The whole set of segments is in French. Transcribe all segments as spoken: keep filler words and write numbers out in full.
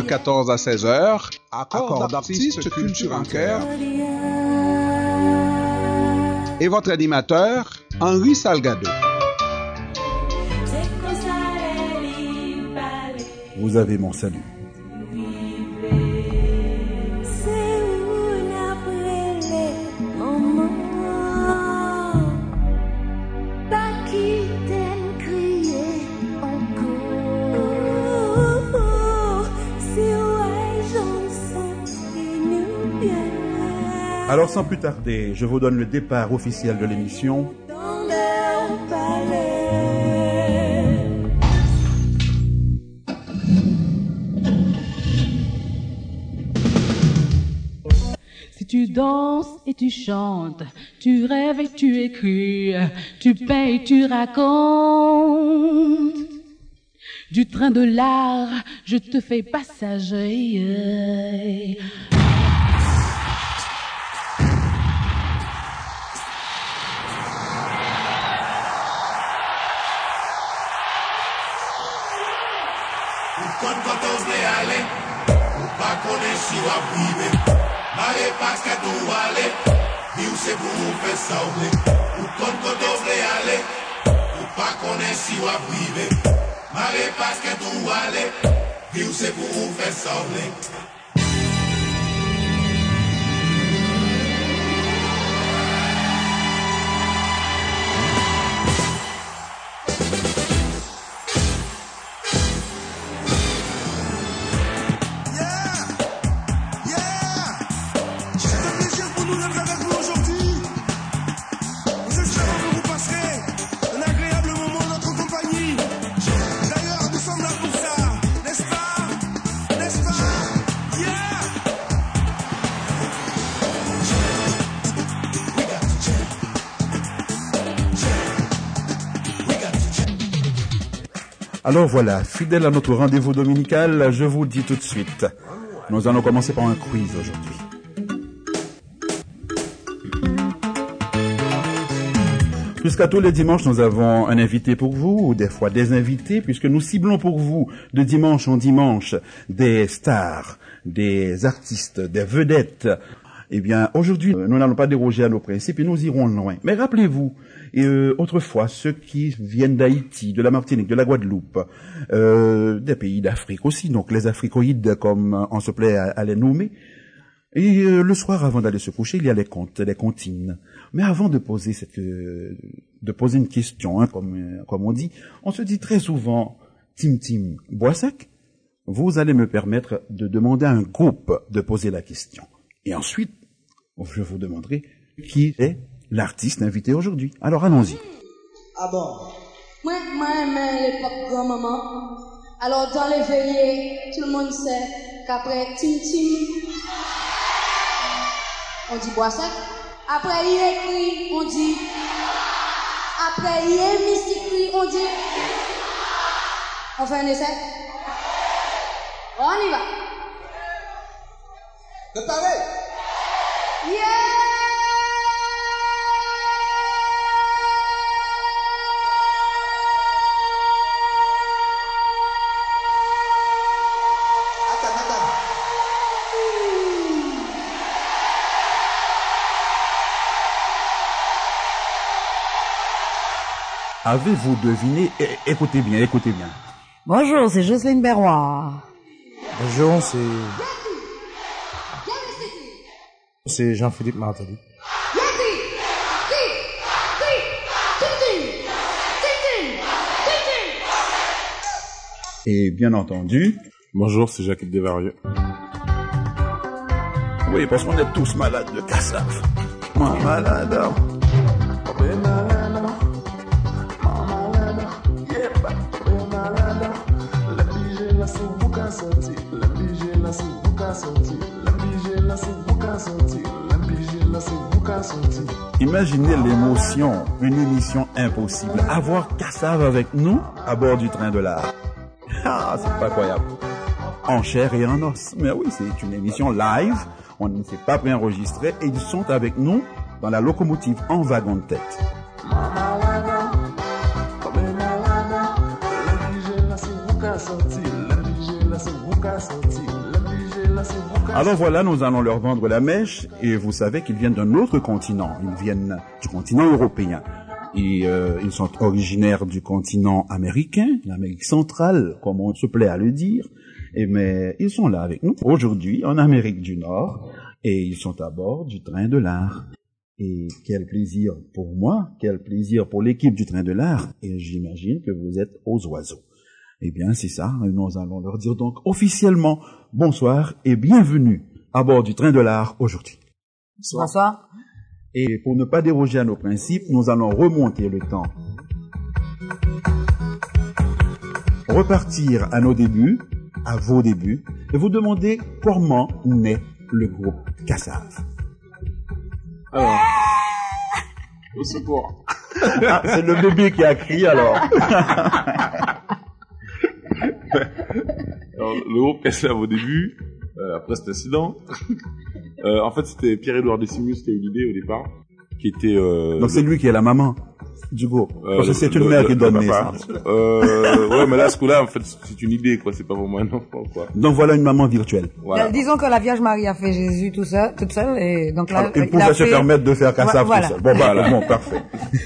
quatorze à seize heures, accord d'artistes culture en chœur. Et votre animateur, Henri Salgado. Vous avez mon salut. Alors sans plus tarder, je vous donne le départ officiel de l'émission. Si tu danses et tu chantes, tu rêves et tu écris, tu peins et tu racontes. Du train de l'art, je te fais passager. Mare paska tu wale, viu se pou fè sauble. Ou kon koto vle ale, ou pa konen si wap vive. Mare paska tu wale, viu se pou fè sauble. Alors voilà, fidèle à notre rendez-vous dominical, je vous dis tout de suite, nous allons commencer par un quiz aujourd'hui. Puisqu'à tous les dimanches, nous avons un invité pour vous, ou des fois des invités, puisque nous ciblons pour vous, de dimanche en dimanche, des stars, des artistes, des vedettes. Eh bien, aujourd'hui, nous n'allons pas déroger à nos principes et nous irons loin. Mais rappelez-vous, et euh, autrefois, ceux qui viennent d'Haïti, de la Martinique, de la Guadeloupe, euh, des pays d'Afrique aussi, donc les Africoïdes, comme on se plaît à, à les nommer. Et euh, le soir, avant d'aller se coucher, il y a les contes, les comptines. Mais avant de poser cette, euh, de poser une question, hein, comme euh, comme on dit, on se dit très souvent, Tim Tim Boissac, vous allez me permettre de demander à un groupe de poser la question. Et ensuite, je vous demanderai qui est l'artiste invité aujourd'hui. Alors allons-y. Ah bon? Moi, moi, j'aime l'époque grand-maman. Alors dans les veillées, tout le monde sait qu'après Tim Tim, on dit Boissac. Après il écrit, on dit. Après il est mystique, on dit. On fait un essai? On y va. Préparé? Yeah! Avez-vous deviné? É- écoutez bien, écoutez bien. Bonjour, c'est Jocelyne Berroir. Bonjour, c'est... C'est Jean-Philippe Martelly. Et bien entendu... Bonjour, c'est Jacques Desvarieux. Oui, parce qu'on est tous malades de cassave. Moi, malade. Imaginez l'émotion, une émission impossible. Avoir Cassave avec nous à bord du train de l'art. Ah, c'est pas incroyable. En chair et en os. Mais oui, c'est une émission live. On ne s'est pas préenregistré et ils sont avec nous dans la locomotive en wagon de tête. Alors voilà, nous allons leur vendre la mèche et vous savez qu'ils viennent d'un autre continent. Ils viennent du continent européen. Et euh, ils sont originaires du continent américain, l'Amérique centrale, comme on se plaît à le dire. Et mais ils sont là avec nous aujourd'hui en Amérique du Nord et ils sont à bord du train de l'art. Et quel plaisir pour moi, quel plaisir pour l'équipe du train de l'art. Et j'imagine que vous êtes aux oiseaux. Eh bien, c'est ça. Nous allons leur dire donc officiellement bonsoir et bienvenue à bord du train de l'art aujourd'hui. Bonsoir. Bonsoir. Et pour ne pas déroger à nos principes, nous allons remonter le temps. Repartir à nos débuts, à vos débuts, et vous demander comment naît le groupe Kassav. Alors, au secours. Ah, c'est le bébé qui a crié alors. Alors, le groupe Kassav au début, euh, après cet incident, euh, en fait c'était Pierre-Édouard Décimus qui a eu l'idée au départ, qui était... Euh, Donc c'est lui qui est la maman du groupe. Euh, Parce que c'est le, une mère le, qui donne le naissance. Euh, ouais, mais là, ce coup-là, en fait, c'est une idée, quoi. C'est pas vraiment un enfant, quoi. Donc voilà une maman virtuelle. Voilà. Disons que la Vierge Marie a fait Jésus tout seul, toute seule, et donc là, alors, il pouvait se fait... permettre de faire Kassav voilà. tout seul. Bon, bah, voilà. Bon, parfait.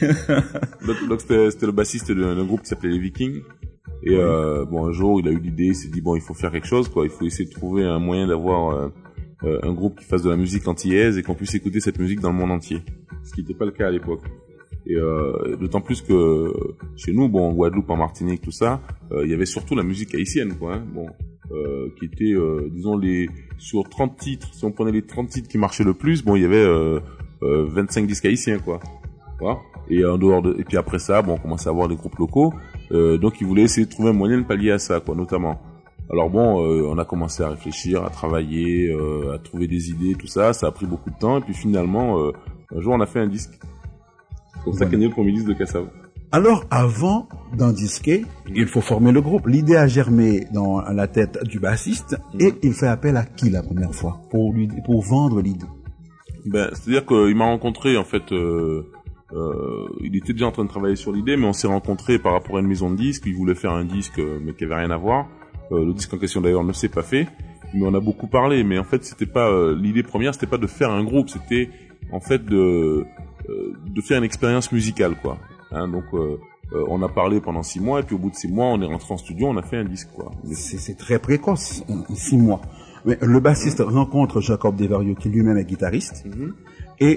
donc, donc c'était, c'était le bassiste d'un, d'un groupe qui s'appelait les Vikings. Et euh, bon, un jour, il a eu l'idée, il s'est dit bon, il faut faire quelque chose, quoi. Il faut essayer de trouver un moyen d'avoir euh, euh, un groupe qui fasse de la musique antillaise et qu'on puisse écouter cette musique dans le monde entier. Ce qui n'était pas le cas à l'époque. Et euh, d'autant plus que chez nous, bon, en Guadeloupe, en Martinique, tout ça, euh, il y avait surtout la musique haïtienne, quoi. Hein, bon, euh, qui était, euh, disons, les sur trente titres, si on prenait les trente titres qui marchaient le plus, bon, il y avait euh, euh, vingt-cinq disques haïtiens, quoi. Voilà. Et en dehors de, et puis après ça, bon, on commençait à avoir des groupes locaux. Euh, donc ils voulaient essayer de trouver un moyen de pallier à ça, quoi, notamment. Alors bon, euh, on a commencé à réfléchir, à travailler, euh, à trouver des idées, tout ça. Ça a pris beaucoup de temps. Et puis finalement, euh, un jour, on a fait un disque. C'est comme ça qu'est né le premier disque de Kassav. Alors, avant d'en disquer, il faut former le groupe. L'idée a germé dans la tête du bassiste. Mmh. Et il fait appel à qui la première fois pour lui, pour vendre l'idée? Ben, c'est-à-dire qu'il m'a rencontré, en fait. Euh, Euh, il était déjà en train de travailler sur l'idée, mais on s'est rencontrés par rapport à une maison de disques. Il voulait faire un disque, mais qui avait rien à voir. Euh, le disque en question d'ailleurs ne s'est pas fait, mais on a beaucoup parlé. Mais en fait, c'était pas euh, l'idée première, c'était pas de faire un groupe, c'était en fait de euh, de faire une expérience musicale, quoi. Hein, donc euh, euh, on a parlé pendant six mois, et puis au bout de six mois, on est rentré en studio, on a fait un disque, quoi. Mais c'est, c'est très précoce, six mois. Mais le bassiste mmh. rencontre Jacob Desvarieux, qui lui-même est guitariste, mmh. et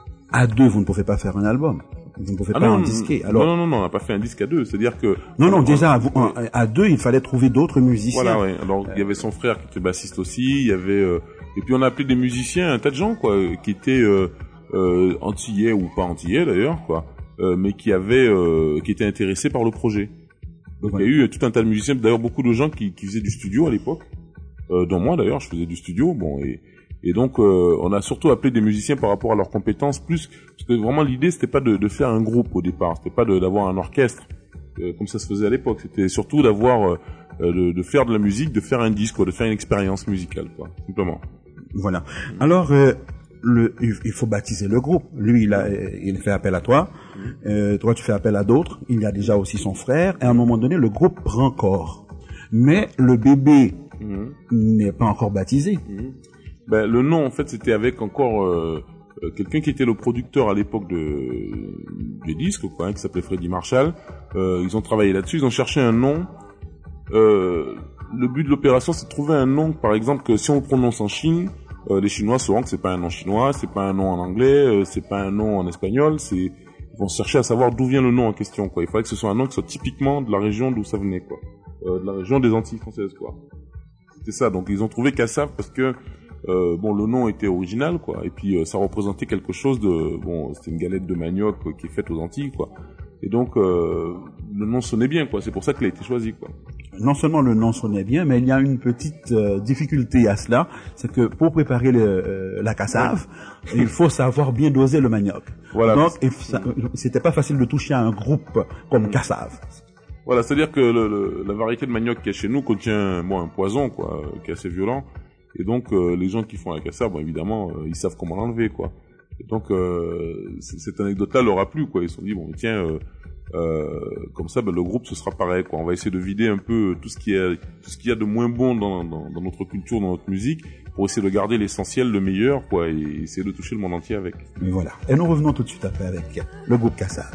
à deux, vous ne pouvez pas faire un album. Vous ne pouvez ah pas non, en disquer. Alors... Non, non, non, on n'a pas fait un disque à deux. C'est-à-dire que... Non, non, déjà, à, vous, à deux, il fallait trouver d'autres musiciens. Voilà, ouais. Alors, il y avait son frère qui était bassiste aussi. Il y avait... Euh... Et puis, on a appelé des musiciens, un tas de gens, quoi, qui étaient euh, euh, antillais ou pas antillais, d'ailleurs, quoi, euh, mais qui avaient... Euh, qui étaient intéressés par le projet. Donc, ouais. Il y a eu tout un tas de musiciens. D'ailleurs, beaucoup de gens qui, qui faisaient du studio à l'époque. Euh, dont moi, d'ailleurs, je faisais du studio. Bon, et... Et donc, euh, on a surtout appelé des musiciens par rapport à leurs compétences, plus parce que vraiment l'idée c'était pas de, de faire un groupe au départ, c'était pas de, d'avoir un orchestre euh, comme ça se faisait à l'époque. C'était surtout d'avoir, euh, de, de faire de la musique, de faire un disque, quoi, de faire une expérience musicale, quoi, simplement. Voilà. Alors, euh, le, il faut baptiser le groupe. Lui, il a, il fait appel à toi. Euh, toi, tu fais appel à d'autres. Il y a déjà aussi son frère. Et à un moment donné, le groupe prend corps. Mais le bébé mmh. n'est pas encore baptisé. Mmh. Ben, le nom, en fait, c'était avec encore euh, euh, quelqu'un qui était le producteur à l'époque de des disques, quoi, hein, qui s'appelait Freddy Marshall. Euh, ils ont travaillé là-dessus, ils ont cherché un nom. Euh, le but de l'opération, c'est de trouver un nom, par exemple, que si on le prononce en Chine, euh, les Chinois sauront que c'est pas un nom chinois, c'est pas un nom en anglais, euh, c'est pas un nom en espagnol. C'est ils vont chercher à savoir d'où vient le nom en question, quoi. Il fallait que ce soit un nom qui soit typiquement de la région d'où ça venait, quoi, euh, de la région des Antilles françaises, quoi. C'était ça. Donc ils ont trouvé Kassav parce que Euh, bon, le nom était original, quoi, et puis euh, ça représentait quelque chose de, bon, c'était une galette de manioc quoi, qui est faite aux Antilles, quoi, et donc euh, le nom sonnait bien, quoi. C'est pour ça qu'il a été choisi, quoi. Non seulement le nom sonnait bien, mais il y a une petite euh, difficulté à cela, c'est que pour préparer le, euh, la Kassav, ouais. il faut savoir bien doser le manioc. Voilà. Donc, il, ça, c'était pas facile de toucher à un groupe comme Kassav. Voilà, c'est-à-dire que le, le, la variété de manioc qu'il y a chez nous contient, bon, un poison, quoi, qui est assez violent. Et donc, euh, les gens qui font la Kassav, bon, évidemment, euh, ils savent comment l'enlever, quoi. Et donc, euh, cette anecdote-là leur a plu, quoi. Ils se sont dit, bon, tiens, euh, Euh, comme ça, ben, le groupe ce sera pareil, quoi. On va essayer de vider un peu tout ce qui est, tout ce qu'il y a de moins bon dans, dans, dans notre culture, dans notre musique, pour essayer de garder l'essentiel, le meilleur, quoi, et essayer de toucher le monde entier avec. Et voilà. Et nous revenons tout de suite après avec le groupe Cassade.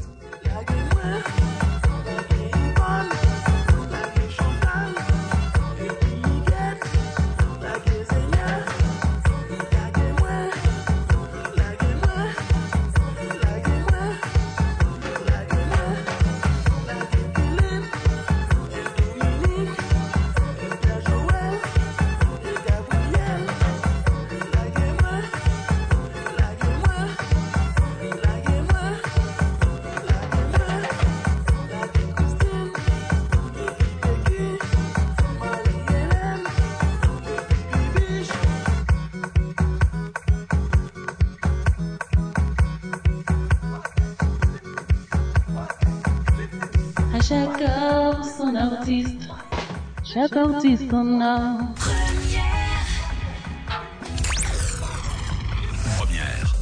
Chaque heure, son artiste. Chaque artiste en a. Première.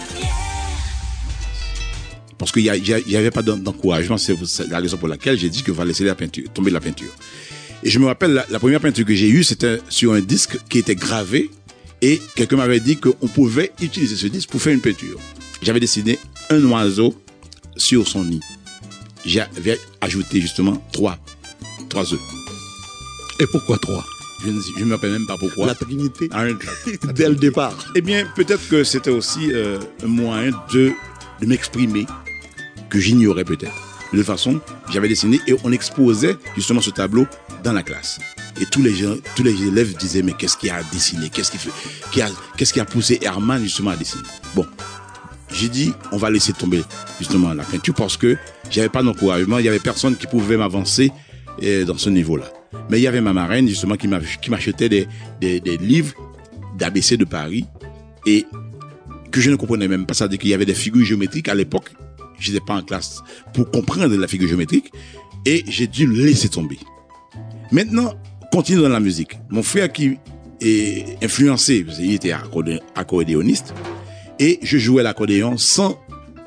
Parce qu'il n'y avait pas d'encouragement, c'est la raison pour laquelle j'ai dit que va laisser la peinture, tomber de la peinture. Et je me rappelle, la, la première peinture que j'ai eue, c'était sur un disque qui était gravé, et quelqu'un m'avait dit qu'on pouvait utiliser ce disque pour faire une peinture. J'avais dessiné un oiseau sur son nid. J'avais ajouté justement trois, trois œufs. Et pourquoi trois? Je ne je me rappelle même pas pourquoi. La Trinité. Ah, dès le départ. Eh bien, peut-être que c'était aussi euh, un moyen de, de m'exprimer que j'ignorais peut-être. De toute façon, j'avais dessiné et on exposait justement ce tableau dans la classe. Et tous les gens, tous les élèves disaient mais qu'est-ce qu'il y a à dessiner, qu'est-ce qui fait, qui a, qu'est-ce qui a poussé Herman justement à dessiner. Bon. J'ai dit, on va laisser tomber justement la peinture parce que j'avais pas d'encouragement, il y avait personne qui pouvait m'avancer eh, dans ce niveau-là. Mais il y avait ma marraine justement qui m'achetait des, des, des livres d'A B C de Paris et que je ne comprenais même pas. Ça veut dire qu'il y avait des figures géométriques à l'époque. Je n'étais pas en classe pour comprendre la figure géométrique et j'ai dû laisser tomber. Maintenant, continue dans la musique. Mon frère qui est influencé, parce qu'il était accordéoniste, et je jouais l'accordéon sans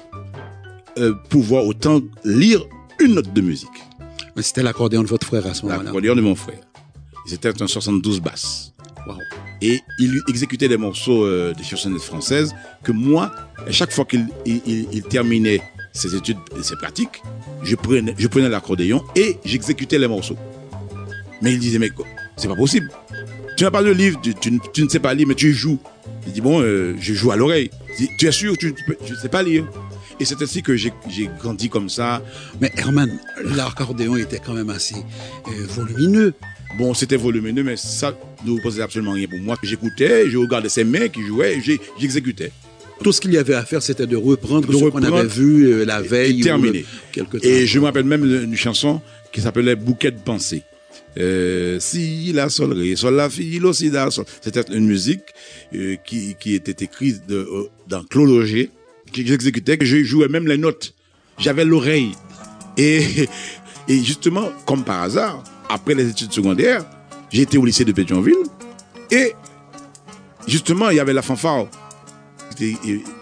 euh, pouvoir autant lire une note de musique. Mais c'était l'accordéon de votre frère à ce moment-là? L'accordéon de mon frère. C'était un soixante-douze basses. Wow. Et il exécutait des morceaux euh, de chansonnettes françaises que moi, à chaque fois qu'il il, il, il terminait ses études et ses pratiques, je prenais, je prenais l'accordéon et j'exécutais les morceaux. Mais il disait, mais c'est pas possible. Tu n'as pas de livre, tu, tu, tu ne sais pas lire, mais tu joues. Il dit, bon, euh, je joue à l'oreille. Il dit, tu es sûr, tu ne sais pas lire. Et c'est ainsi que j'ai grandi comme ça. Mais Herman, l'accordéon était quand même assez euh, volumineux. Bon, c'était volumineux, mais ça ne vous posait absolument rien pour moi. J'écoutais, je regardais ses mains qui jouaient, j'exécutais. Tout ce qu'il y avait à faire, c'était de reprendre de ce qu'on avait vu euh, la veille. Et terminer. Quelque temps. Et je me rappelle même une chanson qui s'appelait Bouquet de pensée. Euh, si la sol ré, sol la fi, lo si la sol. C'était une musique euh, qui, qui était écrite de, euh, dans Claude Auger, que j'exécutais, que je jouais même les notes. J'avais l'oreille. Et, et justement, comme par hasard, après les études secondaires, j'ai été au lycée de Pétionville et justement, il y avait la fanfare du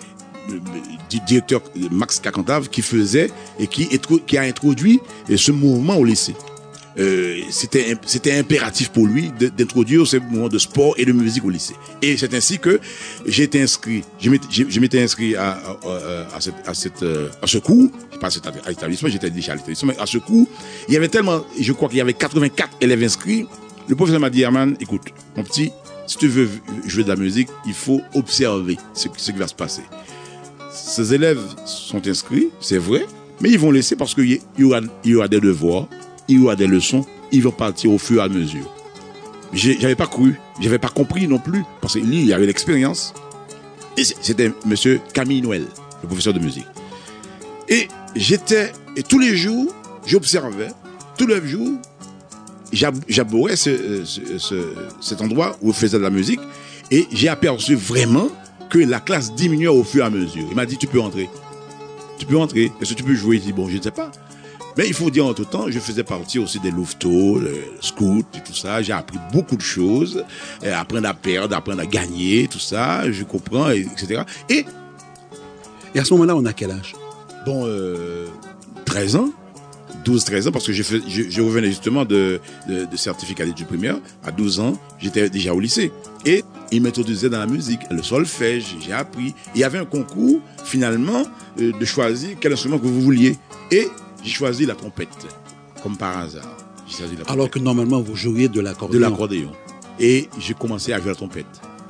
directeur Max Cacantave qui faisait et qui, qui a introduit ce mouvement au lycée. Euh, c'était c'était impératif pour lui d'introduire ce mouvement de sport et de musique au lycée. Et c'est ainsi que j'ai été inscrit, je m'étais inscrit à, à, à, cette, à, cette, à ce cours, pas à cet établissement, j'étais déjà à l'établissement, mais à ce cours, il y avait tellement, je crois qu'il y avait quatre-vingt-quatre élèves inscrits. Le professeur m'a dit, Herman, écoute, mon petit, si tu veux jouer de la musique, il faut observer ce, ce qui va se passer. Ces élèves sont inscrits, c'est vrai, mais ils vont laisser parce qu'il y, y, aura, il y aura des devoirs, il y aura des leçons, ils vont partir au fur et à mesure. J'avais pas cru, j'avais pas compris non plus, parce qu'il y avait l'expérience. Et c'était monsieur Camille Noël, le professeur de musique. Et j'étais, et tous les jours, j'observais, tous les jours, j'abhorrais ce, ce, ce, cet endroit où on faisait de la musique, et j'ai aperçu vraiment que la classe diminuait au fur et à mesure. Il m'a dit, tu peux entrer. Tu peux entrer. Est-ce que tu peux jouer? Je dis, bon, je ne sais pas. Mais il faut dire, en tout temps, je faisais partie aussi des louveteaux, le scout et tout ça. J'ai appris beaucoup de choses. Apprendre à perdre, apprendre à gagner, tout ça. Je comprends, et cetera. Et, et à ce moment-là, on a quel âge? Bon, euh, treize ans, douze treize ans, parce que je, fais, je, je revenais justement de, de, de certificat d'études primaires. À douze ans, j'étais déjà au lycée. Et il m'introduisait dans la musique, le solfège, j'ai appris. Il y avait un concours, finalement, euh, de choisir quel instrument que vous vouliez. Et j'ai choisi la trompette, comme par hasard. J'ai choisi la trompette. Alors que normalement, vous jouiez de l'accordéon. De l'accordéon. Et j'ai commencé à jouer la trompette.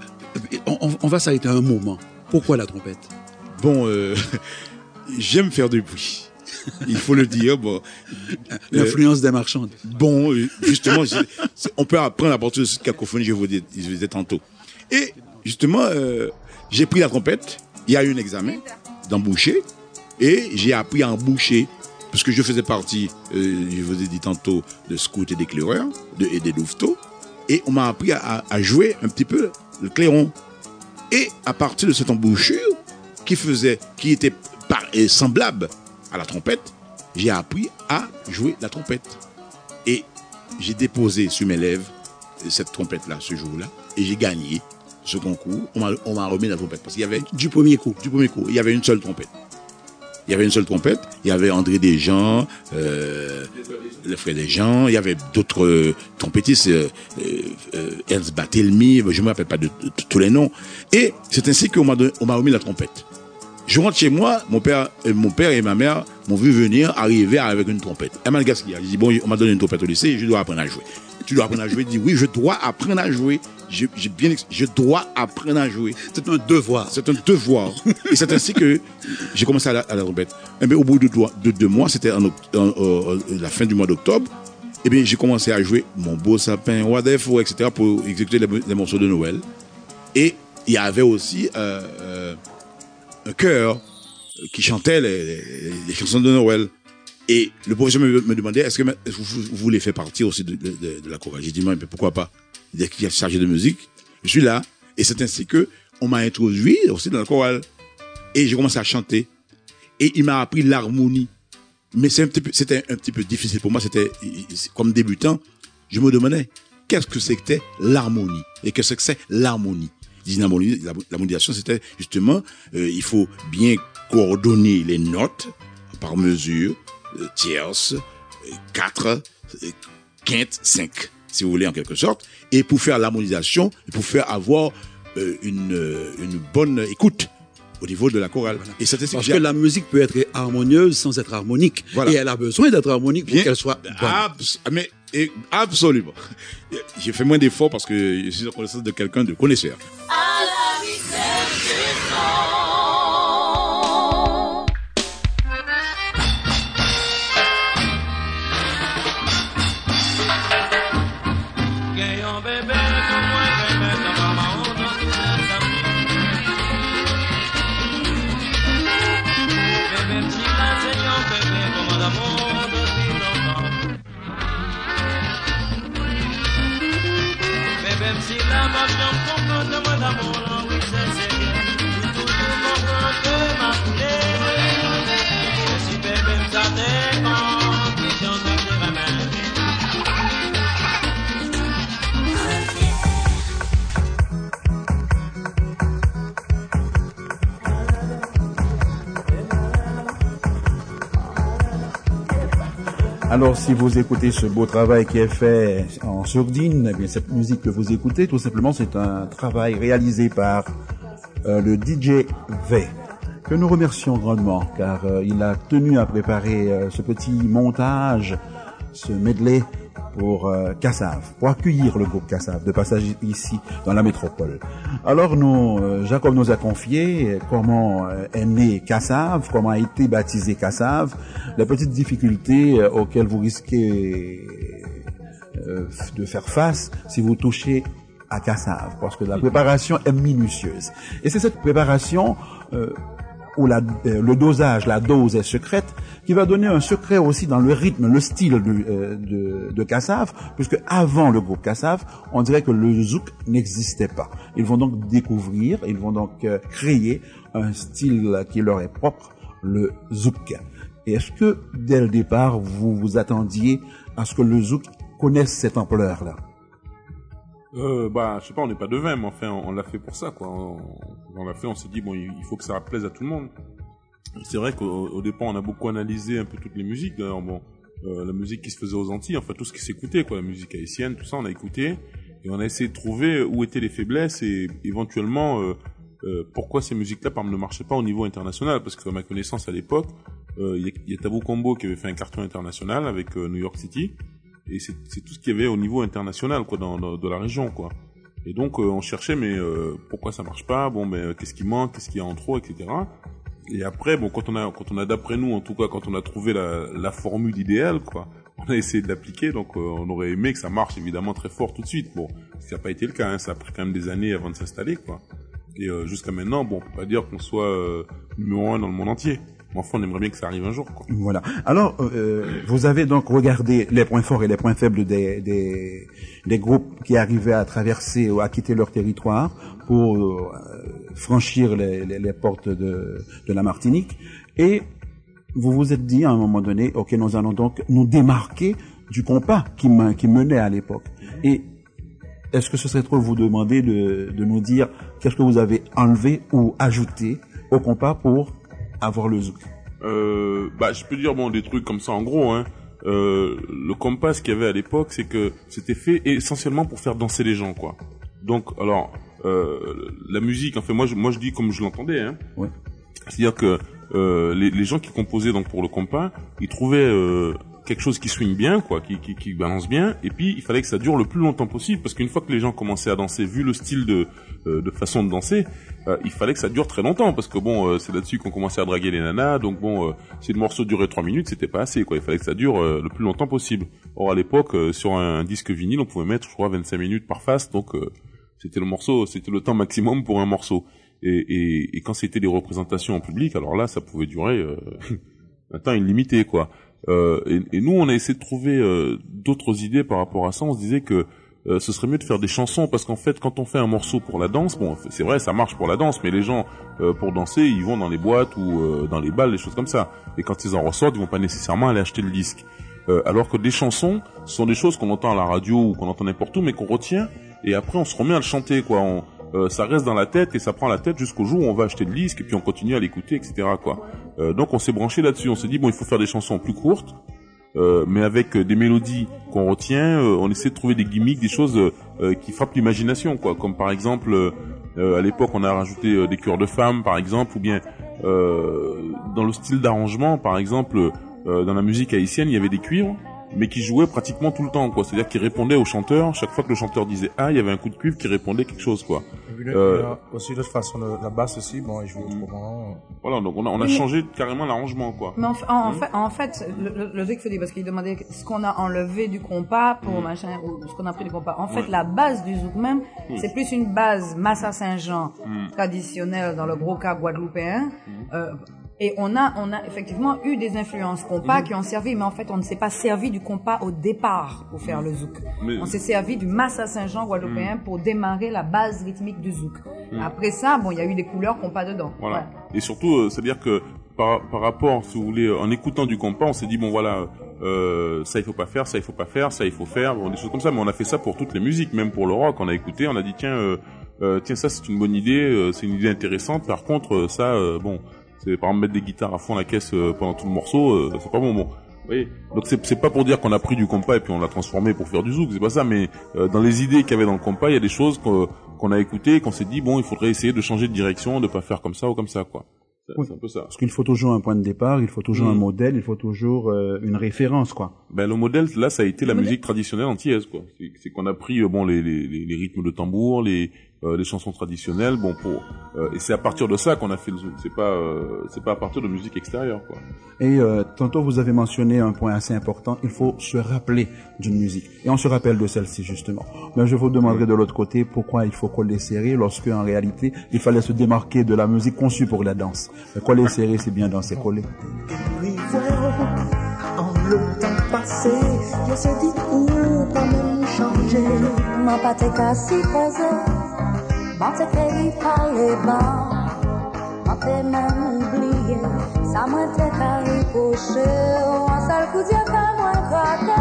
On, on, on va s'arrêter un moment. Pourquoi la trompette? Bon, euh, j'aime faire du bruit. Il faut le dire. Bon, l'influence euh, des marchandes. Bon, justement, on peut apprendre à partir de cette cacophonie, je vous disais tantôt. Et justement, euh, j'ai pris la trompette. Il y a eu un examen d'emboucher et j'ai appris à emboucher parce que je faisais partie, euh, je vous ai dit tantôt, de scouts et d'éclaireurs de, et des louveteaux. Et on m'a appris à, à jouer un petit peu le clairon. Et à partir de cette embouchure qui faisait, qui était par, et semblable à la trompette, j'ai appris à jouer la trompette. Et j'ai déposé sur mes lèvres cette trompette-là ce jour-là. Et j'ai gagné ce concours. On m'a, on m'a remis la trompette. Parce qu'il y avait... Du premier coup. Du premier coup. Il y avait une seule trompette. Il y avait une seule trompette. Il y avait André Desjans, euh, le frère Desjans. Il y avait d'autres euh, trompettistes, euh, euh, Ernst Barthélemy. Je ne me rappelle pas de, de, de tous les noms. Et c'est ainsi qu'on m'a, donné, on m'a remis la trompette. Je rentre chez moi, mon père, euh, mon père et ma mère m'ont vu venir, arriver avec une trompette. Herman Gasquilla, j'ai dit, bon, on m'a donné une trompette au lycée, je dois apprendre à jouer. Tu dois apprendre à jouer? Il dit, oui, je dois apprendre à jouer. Je, j'ai bien, je dois apprendre à jouer. C'est un devoir. C'est un devoir. Et c'est ainsi que j'ai commencé à la, à la trompette. Et bien, au bout de deux, de deux mois, c'était en, en, en, en, la fin du mois d'octobre, et bien, j'ai commencé à jouer Mon beau sapin, Roi des fous, et cetera, pour exécuter les, les morceaux de Noël. Et il y avait aussi euh, euh, un chœur qui chantait les, les, les chansons de Noël. Et le professeur me, me demandait, est-ce que, est-ce que vous, vous voulez faire partie aussi de, de, de, de la chorale? J'ai dit, non, mais pourquoi pas? Dès qu'il est chargé de musique, je suis là. Et c'est ainsi que on m'a introduit aussi dans la chorale. Et j'ai commencé à chanter. Et il m'a appris l'harmonie. Mais c'est un petit peu, c'était un petit peu difficile pour moi. C'était, comme débutant, je me demandais, qu'est-ce que c'était l'harmonie? Et qu'est-ce que c'est l'harmonie? L'harmonisation, c'était justement, euh, il faut bien coordonner les notes par mesure, euh, tierce, euh, quatre, euh, quinte, cinq, si vous voulez, en quelque sorte. Et pour faire l'harmonisation, pour faire avoir euh, une, euh, une bonne écoute au niveau de la chorale. Voilà. Et c'était Parce que, que la musique peut être harmonieuse sans être harmonique. Voilà. Et elle a besoin d'être harmonique pour bien, qu'elle soit bonne. Abs- mais, et, absolument. J'ai fait moins d'efforts parce que je suis en connaissance de quelqu'un de connaisseur. À la vitesse du temps. Si la passion comprend de moi d'amour, oui c'est bien. Toujours comprend que ma foulée. Si bébé me s'attend, qui chante avec la main. Alors, si vous écoutez ce beau travail qui est fait en sourdine, eh bien, cette musique que vous écoutez, tout simplement, c'est un travail réalisé par euh, le D J V, que nous remercions grandement, car euh, il a tenu à préparer euh, ce petit montage, ce medley pour euh, Kassav, pour accueillir le groupe Kassav de passage ici dans la métropole. Alors nous, euh, Jacob nous a confié comment euh, est né Kassav, comment a été baptisé Kassav, les petites difficultés euh, auxquelles vous risquez euh, de faire face si vous touchez à Kassav, parce que la préparation est minutieuse. Et c'est cette préparation euh, où la, euh, le dosage, la dose est secrète, qui va donner un secret aussi dans le rythme, le style de, euh, de, de Kassav, puisque avant le groupe Kassav, on dirait que le zouk n'existait pas. Ils vont donc découvrir, ils vont donc euh, créer un style qui leur est propre, le zouk. Et est-ce que, dès le départ, vous vous attendiez à ce que le zouk connaisse cette ampleur-là? Euh, bah, je sais pas, on n'est pas devin, mais enfin, on, on l'a fait pour ça, quoi. On, on l'a fait, on s'est dit, bon, il faut que ça plaise à tout le monde. C'est vrai qu'au au départ, on a beaucoup analysé un peu toutes les musiques. D'ailleurs, bon, euh, la musique qui se faisait aux Antilles, enfin tout ce qui s'écoutait, quoi, la musique haïtienne, tout ça, on a écouté et on a essayé de trouver où étaient les faiblesses et éventuellement euh, euh, pourquoi ces musiques-là par exemple, ne marchaient pas au niveau international. Parce que à ma connaissance à l'époque, il euh, y, y a Tabou Combo qui avait fait un carton international avec euh, New York City et c'est, c'est tout ce qu'il y avait au niveau international, quoi, dans, dans de la région, quoi. Et donc euh, on cherchait, mais euh, pourquoi ça marche pas? Bon, ben qu'est-ce qui manque, qu'est-ce qu'il y a en trop, et cetera. Et après, bon, quand on a, quand on a d'après nous, en tout cas, quand on a trouvé la, la formule idéale, quoi, on a essayé de l'appliquer. Donc, euh, on aurait aimé que ça marche évidemment très fort tout de suite. Bon, ça n'a pas été le cas. Hein, ça a pris quand même des années avant de s'installer, quoi. Et euh, jusqu'à maintenant, bon, on peut pas dire qu'on soit euh, numéro un dans le monde entier. Mais enfin, on aimerait bien que ça arrive un jour, quoi. Voilà. Alors, euh, vous avez donc regardé les points forts et les points faibles des, des, des groupes qui arrivaient à traverser ou à quitter leur territoire pour euh, franchir les, les, les portes de, de la Martinique. Et vous vous êtes dit à un moment donné, ok, nous allons donc nous démarquer du compas qui, me, qui menait à l'époque. Et est-ce que ce serait trop vous demander de, de nous dire qu'est-ce que vous avez enlevé ou ajouté au compas pour avoir le zouk? Euh, bah, je peux dire, bon, des trucs comme ça, en gros, hein. Euh, le compas qu'il y avait à l'époque, c'est que c'était fait essentiellement pour faire danser les gens, quoi. Donc, alors, euh, la musique, en fait, moi, je, moi, je dis comme je l'entendais, hein. Ouais. C'est-à-dire que, euh, les, les gens qui composaient, donc, pour le compas, ils trouvaient, euh, quelque chose qui swing bien, quoi, qui, qui, qui balance bien, et puis il fallait que ça dure le plus longtemps possible, parce qu'une fois que les gens commençaient à danser, vu le style de, euh, de façon de danser, euh, il fallait que ça dure très longtemps, parce que bon, euh, c'est là-dessus qu'on commençait à draguer les nanas, donc bon, euh, si le morceau durait trois minutes, c'était pas assez, quoi, il fallait que ça dure euh, le plus longtemps possible. Or à l'époque, euh, sur un, un disque vinyle, on pouvait mettre, je crois, vingt-cinq minutes par face, donc euh, c'était le morceau, c'était le temps maximum pour un morceau. Et, et, et quand c'était des représentations en public, alors là, ça pouvait durer euh, un temps illimité, quoi. Euh, et, et nous, on a essayé de trouver euh, d'autres idées par rapport à ça. On se disait que euh, ce serait mieux de faire des chansons, parce qu'en fait, quand on fait un morceau pour la danse, bon, c'est vrai, ça marche pour la danse, mais les gens, euh, pour danser, ils vont dans les boîtes ou euh, dans les balles, des choses comme ça. Et quand ils en ressortent, ils vont pas nécessairement aller acheter le disque. Euh, alors que des chansons sont des choses qu'on entend à la radio ou qu'on entend n'importe où, mais qu'on retient, et après on se remet à le chanter, quoi. On, Euh, ça reste dans la tête et ça prend la tête jusqu'au jour où on va acheter le disque et puis on continue à l'écouter, et cetera, quoi. Euh, donc on s'est branché là-dessus. On s'est dit bon, il faut faire des chansons plus courtes, euh, mais avec euh, des mélodies qu'on retient. Euh, on essaie de trouver des gimmicks, des choses euh, qui frappent l'imagination, quoi. Comme par exemple, euh, à l'époque, on a rajouté euh, des chœurs de femmes, par exemple, ou bien euh, dans le style d'arrangement, par exemple, euh, dans la musique haïtienne, il y avait des cuivres, mais qui jouait pratiquement tout le temps, quoi. C'est-à-dire qu'il répondait au chanteur, chaque fois que le chanteur disait ah, il y avait un coup de cuivre qui répondait quelque chose, quoi. Et puis, euh, il y a aussi l'autre façon, de, la basse aussi, bon, il joue autrement. Voilà, donc on a, on a Oui, changé carrément l'arrangement, quoi. Mais en, en, en fait, en fait, le, le, le truc, c'est parce qu'il demandait ce qu'on a enlevé du compas pour Mm. machin, ou ce qu'on a pris du compas. En fait, Ouais. la base du zouk même, Mm. c'est plus une base Massa Saint-Jean Mm. traditionnelle dans le gros cas guadeloupéen. Euh, Et on a, on a effectivement eu des influences compas Mhm. qui ont servi, mais en fait, on ne s'est pas servi du compas au départ pour faire le zouk. Mais- On s'est servi du Massa Saint-Jean guadeloupéen Mhm. pour démarrer la base rythmique du zouk. Mhm. Après ça, bon, il y a eu des couleurs compas dedans. Voilà. Ouais. Et surtout, euh, c'est-à-dire que par, par rapport, si vous voulez, en écoutant du compas, on s'est dit bon voilà, euh, ça il faut pas faire, ça il faut pas faire, ça il faut faire, bon, des choses comme ça. Mais on a fait ça pour toutes les musiques, même pour le rock. On a écouté, on a dit tiens, euh, euh, tiens ça c'est une bonne idée, euh, c'est une idée intéressante. Par contre, euh, ça, euh, bon, c'est par exemple mettre des guitares à fond la caisse euh, pendant tout le morceau, euh, c'est pas bon. Bon. Oui. Donc c'est c'est pas pour dire qu'on a pris du compas et puis on l'a transformé pour faire du zouk, c'est pas ça. Mais euh, dans les idées qu'il y avait dans le compas, il y a des choses qu'on qu'on a écoutées et qu'on s'est dit bon, il faudrait essayer de changer de direction, de pas faire comme ça ou comme ça, quoi. C'est Oui. c'est un peu ça. Parce qu'il faut toujours un point de départ, il faut toujours Mm. un modèle, il faut toujours euh, une référence, quoi. Ben le modèle là, ça a été la Le musique traditionnelle antillaise, quoi. C'est c'est qu'on a pris euh, bon les, les les les rythmes de tambour, les euh, les chansons traditionnelles, bon pour euh, et c'est à partir de ça qu'on a fait le zouk. C'est pas euh, c'est pas à partir de musique extérieure, quoi. Et euh, tantôt vous avez mentionné un point assez important, il faut se rappeler d'une musique. Et on se rappelle de celle-ci justement. Mais je vous demanderai de l'autre côté pourquoi il faut coller serré lorsque en réalité il fallait se démarquer de la musique conçue pour la danse. Mais coller serré c'est bien danser coller. En le temps passé, je se dit où pas même changer. M'en pas te casser pesé, m'en te fait parler bas, m'en te même oublié, ça m'a te carré poché, en seul coup d'y'a qu'à moi craqué.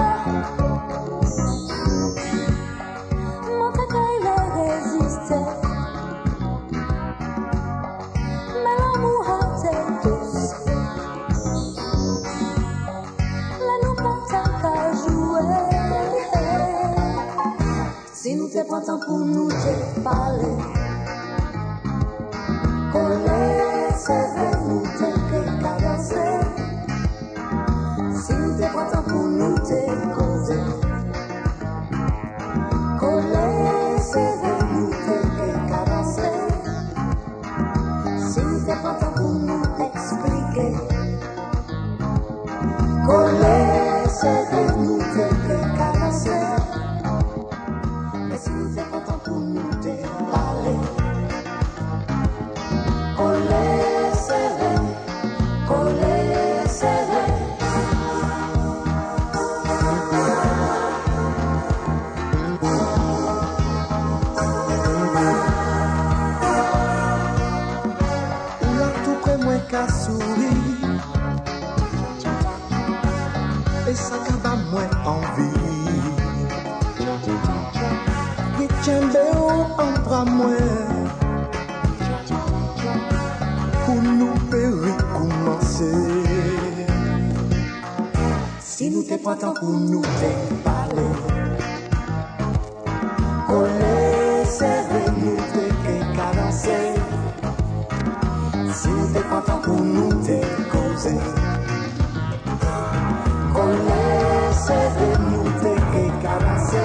M'en te carré résister, mais l'amour a été douce, prends temps pour nous te parler. Coller, serrer, nous te cadencer. Si nous te prends temps pour nous te causer. Coller, serrer, nous te cadencer. Si nous te prends temps pour nous expliquer. Coller, serrer, nous te cadencer. Mais si nous te prends temps pour nous te parler. Coller, serrer, coller, serrer. Ou là tout près moins qu'à sourire. Et ça qu'à moins envie. Oui, tiens, en bras moins. Pour nous périr commencer. Si nous te prenons pour nous te parler. Coller, serrer, nous te cadencer. Si nous te prenons pour nous te causer. Coller, serrer, nous te cadencer.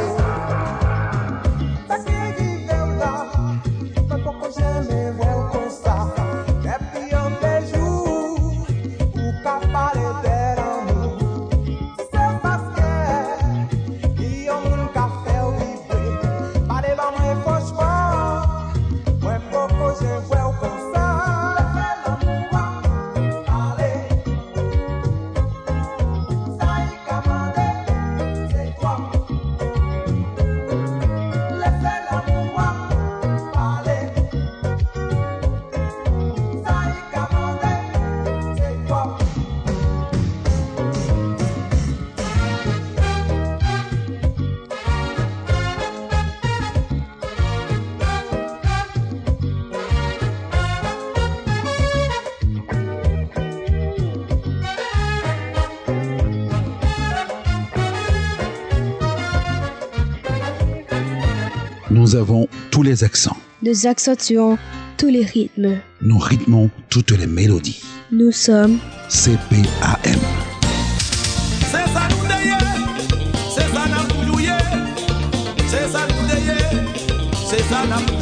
Nous avons tous les accents. Nous accentuons tous les rythmes. Nous rythmons toutes les mélodies. Nous sommes C P A M. C'est ça nous d'ailleurs, c'est ça nous douiller, c'est ça nous d'ailleurs, c'est ça nous